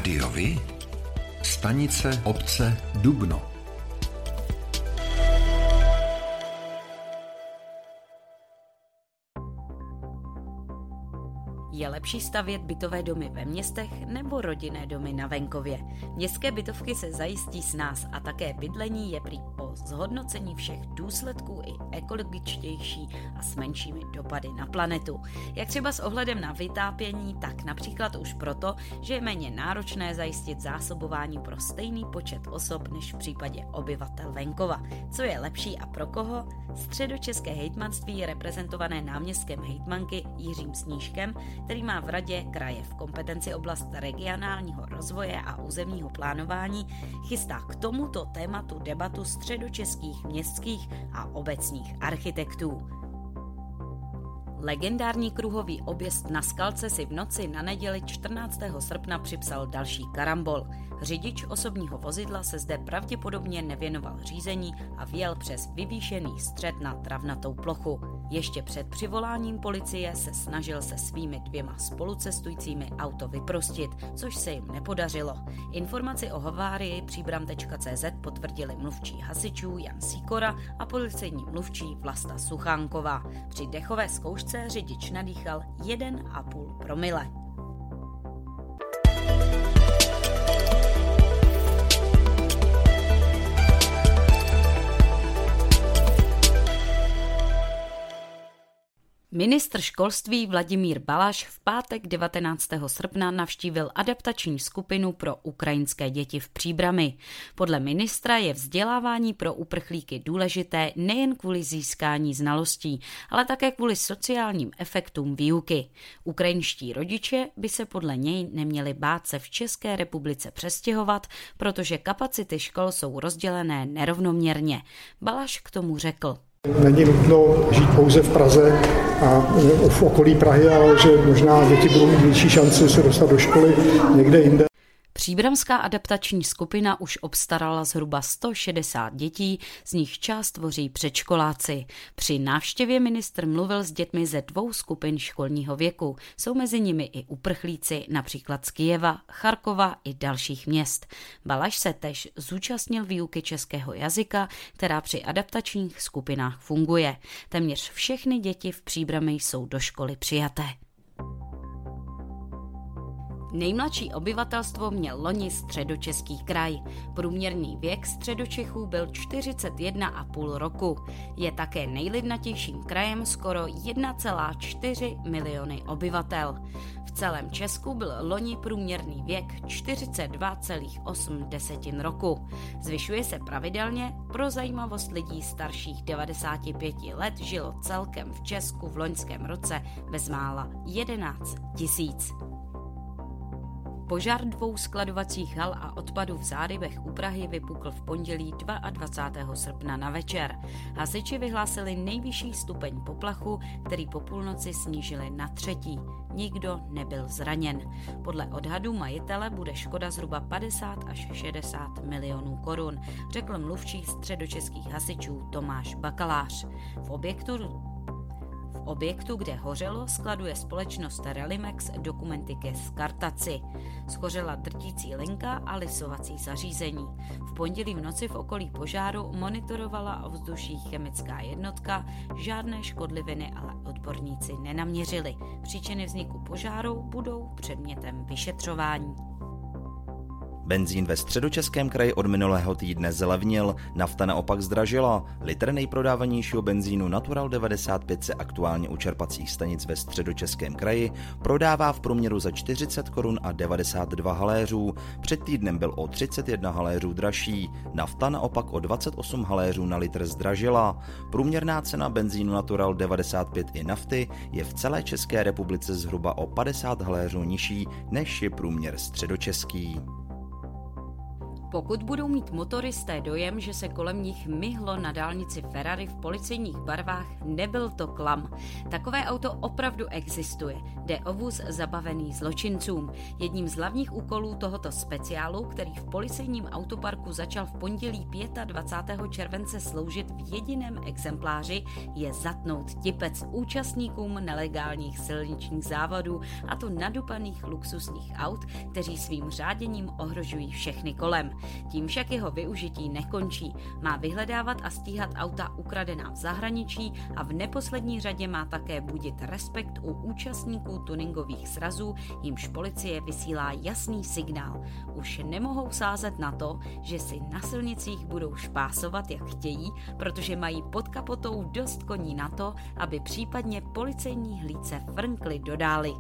Rádiovi? Stanice obce Dubno. Je lepší stavět bytové domy ve městech nebo rodinné domy na venkově? Městské bytovky se zajistí snáz a také bydlení je prý po zhodnocení všech důsledků i ekologičtější a s menšími dopady na planetu. Jak třeba s ohledem na vytápění, tak například už proto, že je méně náročné zajistit zásobování pro stejný počet osob než v případě obyvatel venkova. Co je lepší a pro koho? Středočeské hejtmanství je reprezentované náměstkem hejtmanky Jiřím Snížkem, který má v radě kraje v kompetenci oblast regionálního rozvoje a územního plánování, chystá k tomuto tématu debatu středočeských městských a obecních architektů. Legendární kruhový objezd na Skalce si v noci na neděli 14. srpna připsal další karambol. Řidič osobního vozidla se zde pravděpodobně nevěnoval řízení a vjel přes vyvýšený střed na travnatou plochu. Ještě před přivoláním policie se snažil se svými 2 spolucestujícími auto vyprostit, což se jim nepodařilo. Informaci o havárii příbram.cz potvrdili mluvčí hasičů Jan Sikora a policejní mluvčí Vlasta Suchánková. Při dechové zkoušce řidič nadýchal 1,5 promile. Ministr školství Vladimír Balaš v pátek 19. srpna navštívil adaptační skupinu pro ukrajinské děti v Příbrami. Podle ministra je vzdělávání pro uprchlíky důležité nejen kvůli získání znalostí, ale také kvůli sociálním efektům výuky. Ukrajinští rodiče by se podle něj neměli bát se v České republice přestěhovat, protože kapacity škol jsou rozdělené nerovnoměrně. Balaš k tomu řekl: Není nutno žít pouze v Praze a v okolí Prahy, ale že možná děti budou mít větší šanci se dostat do školy někde jinde. Příbramská adaptační skupina už obstarala zhruba 160 dětí, z nich část tvoří předškoláci. Při návštěvě ministr mluvil s dětmi ze 2 skupin školního věku. Jsou mezi nimi i uprchlíci, například z Kyjeva, Charkova i dalších měst. Balaš se též zúčastnil výuky českého jazyka, která při adaptačních skupinách funguje. Téměř všechny děti v Příbrami jsou do školy přijaté. Nejmladší obyvatelstvo měl loni Středočeský kraj. Průměrný věk Středočechů byl 41,5 roku. Je také nejlidnatějším krajem skoro 1,4 miliony obyvatel. V celém Česku byl loni průměrný věk 42,8 roku. Zvyšuje se pravidelně, pro zajímavost lidí starších 95 let žilo celkem v Česku v loňském roce bezmála 11 000. Požár 2 skladovacích hal a odpadu v Zárybech u Prahy vypukl v pondělí 22. srpna na večer. Hasiči vyhlásili nejvyšší stupeň poplachu, který po půlnoci snížili na 3. Nikdo nebyl zraněn. Podle odhadu majitele bude škoda zhruba 50 až 60 milionů korun, řekl mluvčí středočeských hasičů Tomáš Bakalář. V objektu, kde hořelo, skladuje společnost Relimex dokumenty ke skartaci. Schořela drtící linka a lisovací zařízení. V pondělí v noci v okolí požáru monitorovala ovzduší chemická jednotka, žádné škodliviny ale odborníci nenaměřili. Příčiny vzniku požáru budou předmětem vyšetřování. Benzín ve Středočeském kraji od minulého týdne zlevnil, nafta naopak zdražila. Litr nejprodávanějšího benzínu Natural 95 se aktuálně u čerpacích stanic ve Středočeském kraji prodává v průměru za 40 korun a 92 haléřů. Před týdnem byl o 31 haléřů dražší. Nafta naopak o 28 haléřů na litr zdražila. Průměrná cena benzínu Natural 95 i nafty je v celé České republice zhruba o 50 haléřů nižší, než je průměr středočeský. Pokud budou mít motoristé dojem, že se kolem nich myhlo na dálnici Ferrari v policejních barvách, nebyl to klam. Takové auto opravdu existuje. Jde o vůz zabavený zločincům. Jedním z hlavních úkolů tohoto speciálu, který v policejním autoparku začal v pondělí 25. července sloužit v jediném exempláři, je zatnout tipec účastníkům nelegálních silničních závodů, a to nadupaných luxusních aut, kteří svým řáděním ohrožují všechny kolem. Tím však jeho využití nekončí. Má vyhledávat a stíhat auta ukradená v zahraničí a v neposlední řadě má také budit respekt u účastníků tuningových srazů, jimž policie vysílá jasný signál. Už nemohou sázet na to, že si na silnicích budou špásovat, jak chtějí, protože mají pod kapotou dost koní na to, aby případně policejní hlídce frnkly do dály.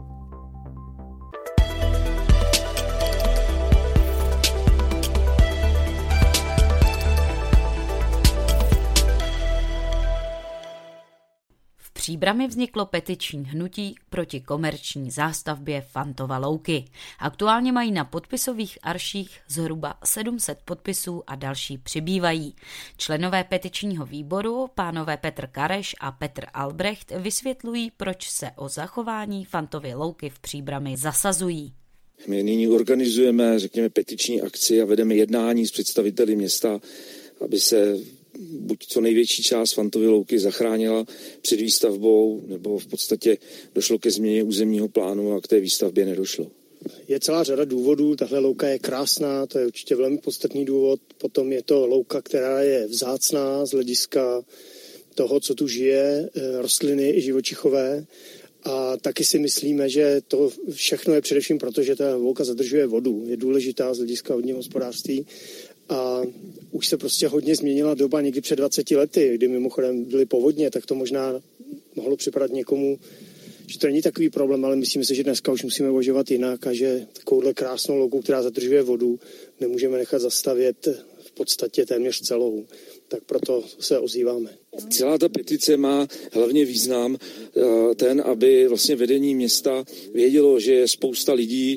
V Příbrami vzniklo petiční hnutí proti komerční zástavbě Fantova louky. Aktuálně mají na podpisových arších zhruba 700 podpisů a další přibývají. Členové petičního výboru, pánové Petr Kareš a Petr Albrecht, vysvětlují, proč se o zachování Fantovy louky v Příbrami zasazují. My nyní organizujeme, petiční akci a vedeme jednání s představiteli města, aby se buď co největší část Fantovy louky zachránila před výstavbou, nebo v podstatě došlo ke změně územního plánu a k té výstavbě nedošlo. Je celá řada důvodů, tahle louka je krásná, to je určitě velmi podstatný důvod, potom je to louka, která je vzácná z hlediska toho, co tu žije, rostliny i živočichové, a taky si myslíme, že to všechno je především proto, že ta louka zadržuje vodu, je důležitá z hlediska vodního hospodářství. A už se prostě hodně změnila doba někdy před 20 lety, kdy mimochodem byly povodně, tak to možná mohlo připadat někomu, že to není takový problém, ale myslíme si, že dneska už musíme uvažovat jinak a že takovouhle krásnou louku, která zadržuje vodu, nemůžeme nechat zastavět v podstatě téměř celou. Tak proto se ozýváme. Celá ta petice má hlavně význam ten, aby vlastně vedení města vědělo, že je spousta lidí,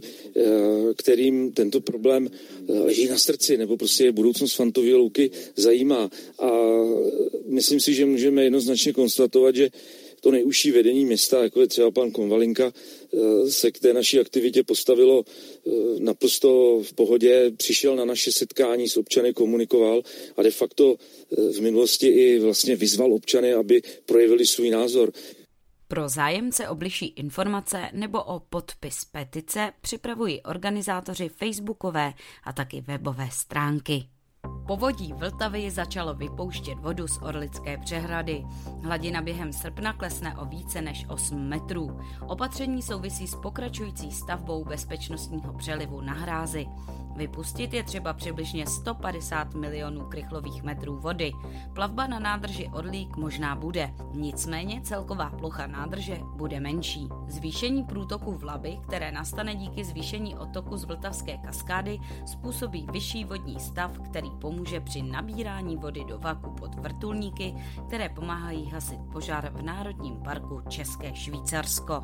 kterým tento problém leží na srdci, nebo prostě budoucnost Fantovy louky zajímá. A myslím si, že můžeme jednoznačně konstatovat, že to nejužší vedení města, jako je třeba pan Konvalinka, se k té naší aktivitě postavilo naprosto v pohodě, přišel na naše setkání s občany, komunikoval a de facto v minulosti i vlastně vyzval občany, aby projevili svůj názor. Pro zájemce o bližší informace nebo o podpis petice připravují organizátoři facebookové a taky webové stránky. Povodí Vltavy začalo vypouštět vodu z Orlické přehrady. Hladina během srpna klesne o více než 8 metrů. Opatření souvisí s pokračující stavbou bezpečnostního přelivu na hrázi. Vypustit je třeba přibližně 150 milionů krychlových metrů vody. Plavba na nádrži Orlík možná bude, nicméně celková plocha nádrže bude menší. Zvýšení průtoku Vlaby, které nastane díky zvýšení odtoku z Vltavské kaskády, způsobí vyšší vodní stav, který pomůže při nabírání vody do vaku pod vrtulníky, které pomáhají hasit požár v Národním parku České Švýcarsko.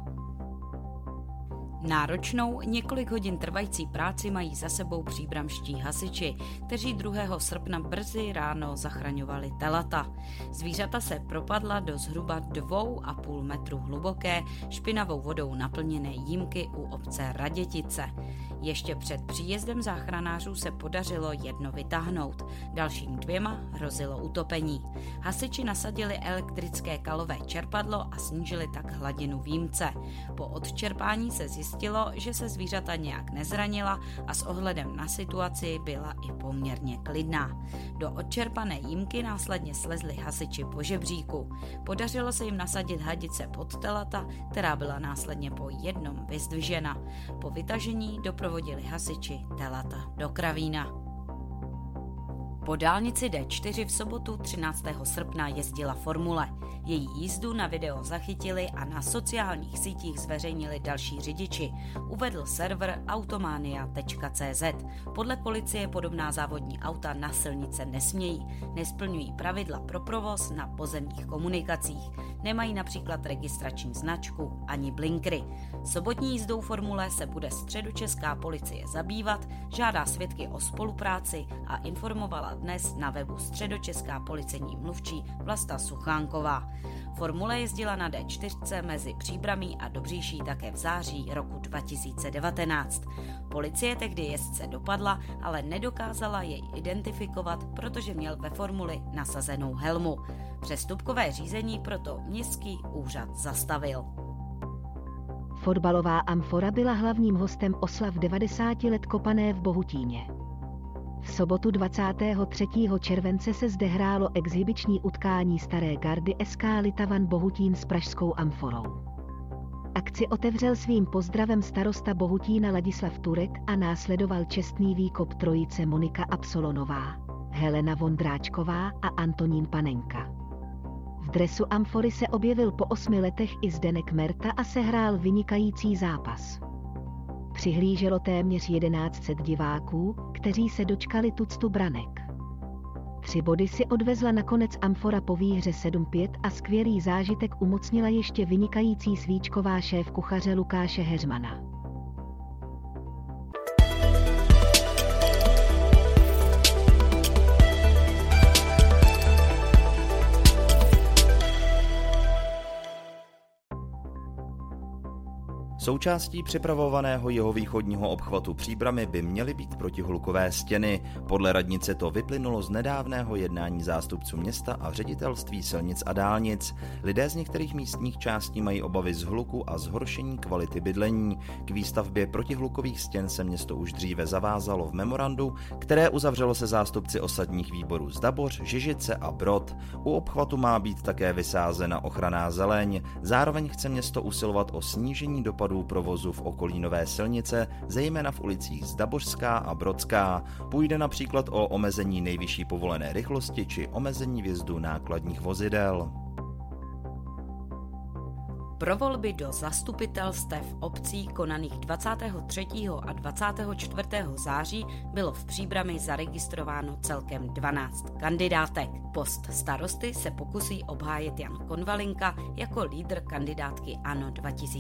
Náročnou, několik hodin trvající práci mají za sebou příbramští hasiči, kteří 2. srpna brzy ráno zachraňovali telata. Zvířata se propadla do zhruba 2,5 metru hluboké, špinavou vodou naplněné jímky u obce Radětice. Ještě před příjezdem záchranářů se podařilo jedno vytáhnout, dalším 2 hrozilo utopení. Hasiči nasadili elektrické kalové čerpadlo a snížili tak hladinu v jímce. Po odčerpání se zjistilo, že se zvířata nějak nezranila a s ohledem na situaci byla i poměrně klidná. Do odčerpané jímky následně slezli hasiči po žebříku. Podařilo se jim nasadit hadice pod telata, která byla následně po jednom vyzdvižena. Po vytažení doprovodili hasiči telata do Kravína. Po dálnici D4 v sobotu 13. srpna jezdila formule. Její jízdu na video zachytili a na sociálních sítích zveřejnili další řidiči, uvedl server automania.cz. Podle policie podobná závodní auta na silnice nesmějí, nesplňují pravidla pro provoz na pozemních komunikacích. nemají například registrační značku ani blinkry. Sobotní jízdou formule se bude středočeská policie zabývat, žádá svědky o spolupráci a informovala dnes na webu středočeská policejní mluvčí Vlasta Suchánková. Formule jezdila na D4 mezi Příbramí a Dobříší také v září roku 2019. Policie tehdy jezdce dopadla, ale nedokázala jej identifikovat, protože měl ve formuli nasazenou helmu. Přestupkové řízení proto městský úřad zastavil. Fotbalová amfora byla hlavním hostem oslav 90 let kopané v Bohutíně. V sobotu 23. července se zde hrálo exhibiční utkání Staré gardy SK Litavan Bohutín s pražskou amforou. Akci otevřel svým pozdravem starosta Bohutína Ladislav Turek a následoval čestný výkop trojice Monika Absolonová, Helena Vondráčková a Antonín Panenka. V dresu amfory se objevil po 8 letech i Zdeněk Merta a sehrál vynikající zápas. Přihlíželo téměř 1100 diváků, kteří se dočkali tuctu branek. 3 body si odvezla nakonec amfora po výhře 7-5 a skvělý zážitek umocnila ještě vynikající svíčková šéfkuchaře Lukáše Heřmana. Součástí připravovaného jihovýchodního obchvatu Příbrami by měly být protihlukové stěny. Podle radnice to vyplynulo z nedávného jednání zástupců města a ředitelství silnic a dálnic. Lidé z některých místních částí mají obavy z hluku a zhoršení kvality bydlení. K výstavbě protihlukových stěn se město už dříve zavázalo v memorandu, které uzavřelo se zástupci osadních výborů z Daboř, Žižice a Brod. U obchvatu má být také vysázena ochranná zeleň. Zároveň chce město usilovat o snížení dopadů provozu v okolí nové silnice, zejména v ulicích Zdabořská a Brodská. Půjde například o omezení nejvyšší povolené rychlosti či omezení vjezdu nákladních vozidel. Pro volby do zastupitelstev obcí konaných 23. a 24. září bylo v Příbrami zaregistrováno celkem 12 kandidátek. Post starosty se pokusí obhájit Jan Konvalinka jako lídr kandidátky ANO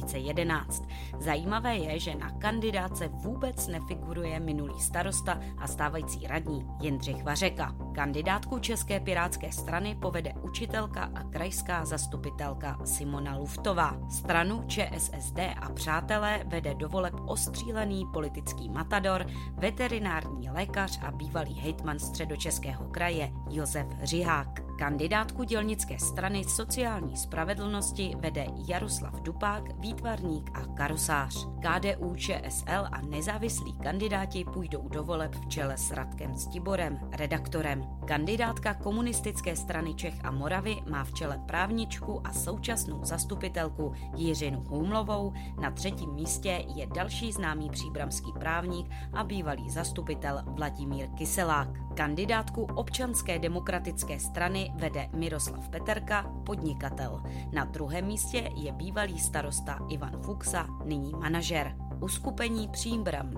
2011. Zajímavé je, že na kandidátce vůbec nefiguruje minulý starosta a stávající radní Jindřich Vařeka. Kandidátku České pirátské strany povede učitelka a krajská zastupitelka Simona Luftová. Stranu ČSSD a přátelé vede do voleb ostřílený politický matador, veterinární lékař a bývalý hejtman Středočeského kraje Josef Řihák. Kandidátku dělnické strany sociální spravedlnosti vede Jaroslav Dupák, výtvarník a karosář. KDU, ČSL a nezávislí kandidáti půjdou do voleb v čele s Radkem Stiborem, redaktorem. Kandidátka komunistické strany Čech a Moravy má v čele právničku a současnou zastupitelku Jiřinu Humlovou. Na 3. místě je další známý příbramský právník a bývalý zastupitel Vladimír Kyselák. Kandidátku Občanské demokratické strany vede Miroslav Peterka, podnikatel. Na 2. místě je bývalý starosta Ivan Fuchsa, nyní manažer. Uskupení Příbram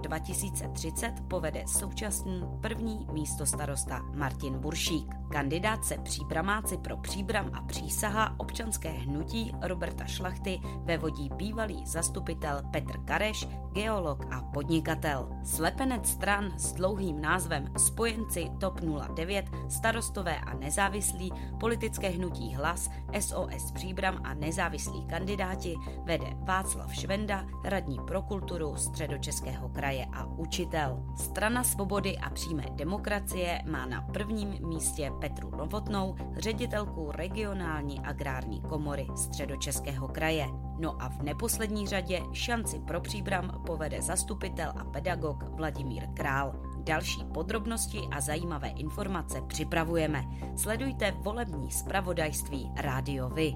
2030 povede současný 1. místostarosta Martin Buršík. Kandidátce Příbramáci pro Příbram a přísaha občanské hnutí Roberta Šlachty vevodí bývalý zastupitel Petr Kareš, geolog a podnikatel. Slepenec stran s dlouhým názvem Spojenci TOP 09, Starostové a nezávislí, politické hnutí Hlas, SOS Příbram a nezávislí kandidáti vede Václav Švenda, radní pro kulturu Středočeského kraje a učitel. Strana svobody a přímé demokracie má na 1. místě Petru Novotnou, ředitelku regionální agrární komory Středočeského kraje. No a v neposlední řadě šanci pro Příbram povede zastupitel a pedagog Vladimír Král. Další podrobnosti a zajímavé informace připravujeme. Sledujte volební zpravodajství Rádio Vy.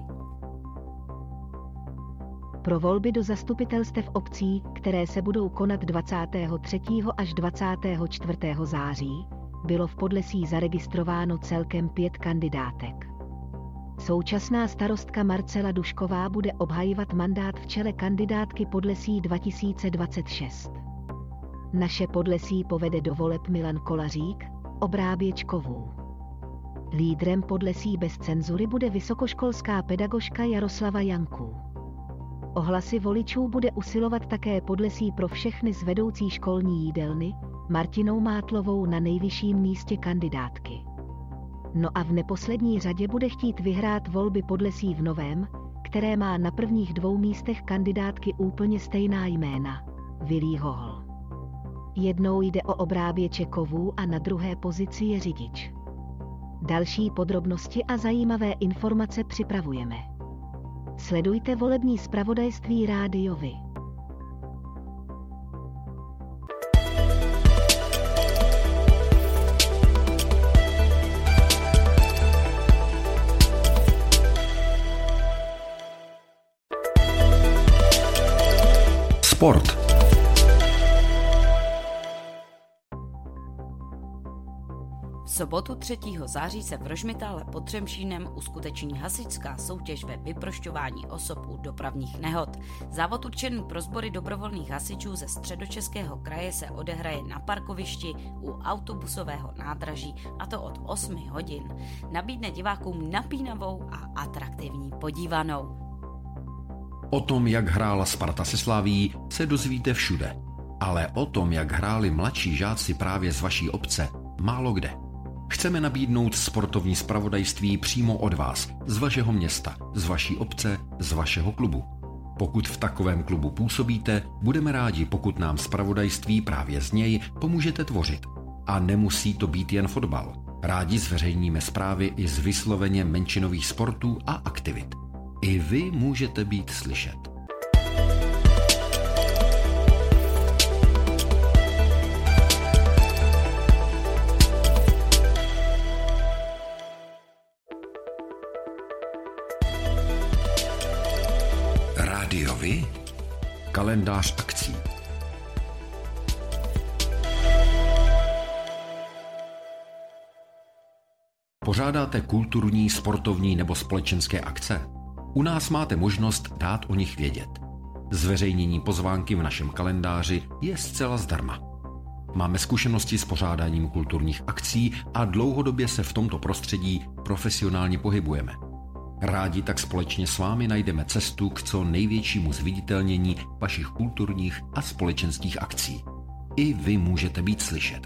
Pro volby do zastupitelstev obcí, které se budou konat 23. až 24. září, bylo v Podlesí zaregistrováno celkem 5 kandidátek. Současná starostka Marcela Dušková bude obhajovat mandát v čele kandidátky Podlesí 2026. Naše Podlesí povede do voleb Milan Kolařík, Obráběč Kovů. Lídrem Podlesí bez cenzury bude vysokoškolská pedagožka Jaroslava Janků. O hlasy voličů bude usilovat také Podlesí pro všechny z vedoucí školní jídelny, Martinou Mátlovou na nejvyšším místě kandidátky. No a v neposlední řadě bude chtít vyhrát volby Podlesí v Novém, které má na prvních 2 místech kandidátky úplně stejná jména – Vilí Hohl. Jednou jde o obráběče kovů a na druhé pozici je řidič. Další podrobnosti a zajímavé informace připravujeme. Sledujte volební zpravodajství Rádio Vy. Sport. V sobotu 3. září se v Rožmitále pod Třemšínem uskuteční hasičská soutěž ve vyprošťování osob u dopravních nehod. Závod určený pro sbory dobrovolných hasičů ze Středočeského kraje se odehraje na parkovišti u autobusového nádraží, a to od 8 hodin. Nabídne divákům napínavou a atraktivní podívanou. O tom, jak hrála Sparta se Slavií, se dozvíte všude. Ale o tom, jak hráli mladší žáci právě z vaší obce, málo kde. Chceme nabídnout sportovní zpravodajství přímo od vás, z vašeho města, z vaší obce, z vašeho klubu. Pokud v takovém klubu působíte, budeme rádi, pokud nám zpravodajství právě z něj pomůžete tvořit. A nemusí to být jen fotbal. Rádi zveřejníme zprávy i z vysloveně menšinových sportů a aktivit. I vy můžete být slyšet. Rádio Vy, kalendář akcí. Pořádáte kulturní, sportovní nebo společenské akce? U nás máte možnost dát o nich vědět. Zveřejnění pozvánky v našem kalendáři je zcela zdarma. Máme zkušenosti s pořádáním kulturních akcí a dlouhodobě se v tomto prostředí profesionálně pohybujeme. Rádi tak společně s vámi najdeme cestu k co největšímu zviditelnění vašich kulturních a společenských akcí. I vy můžete být slyšet.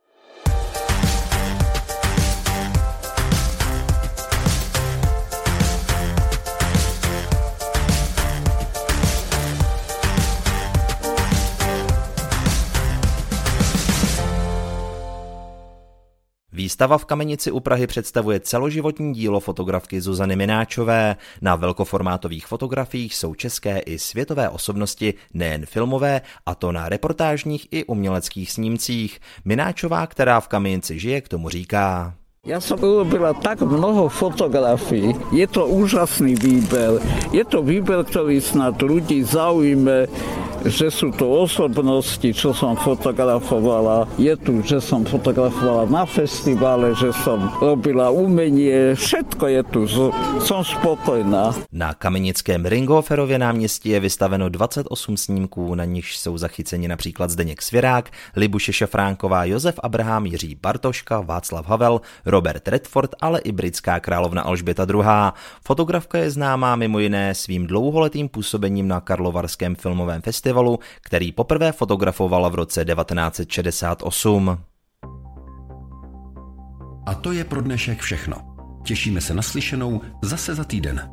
Výstava v Kamenici u Prahy představuje celoživotní dílo fotografky Zuzany Mináčové. Na velkoformátových fotografiích jsou české i světové osobnosti, nejen filmové, a to na reportážních i uměleckých snímcích. Mináčová, která v Kamenici žije, k tomu říká: Ja som urobila tak mnoho fotografií. Je to úžasný výber. Je to výber, ktorý snad ľudí zaujme, že sú to osobnosti, čo som fotografovala. Je tu, že som fotografovala na festivale, že som robila umenie. Všetko je tu. Som spokojná. Na kamenickém Ringhoferově náměstí je vystaveno 28 snímků, na nichž jsou zachyceni například Zdeněk Svěrák, Libuše Šafránková, Josef Abraham, Jiří Bartoška, Václav Havel, Robert Redford, ale i britská královna Alžběta II. Fotografka je známá mimo jiné svým dlouholetým působením na Karlovarském filmovém festivalu, který poprvé fotografovala v roce 1968. A to je pro dnešek všechno. Těšíme se na slyšenou zase za týden.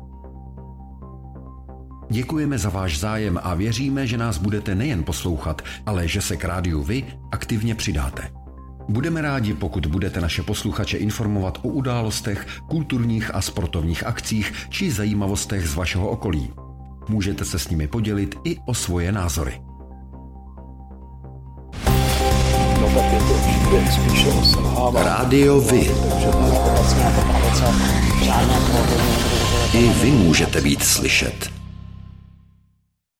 Děkujeme za váš zájem a věříme, že nás budete nejen poslouchat, ale že se k rádiu Vy aktivně přidáte. Budeme rádi, pokud budete naše posluchače informovat o událostech, kulturních a sportovních akcích či zajímavostech z vašeho okolí. Můžete se s nimi podělit i o svoje názory. Rádio Vy. I vy můžete být slyšet.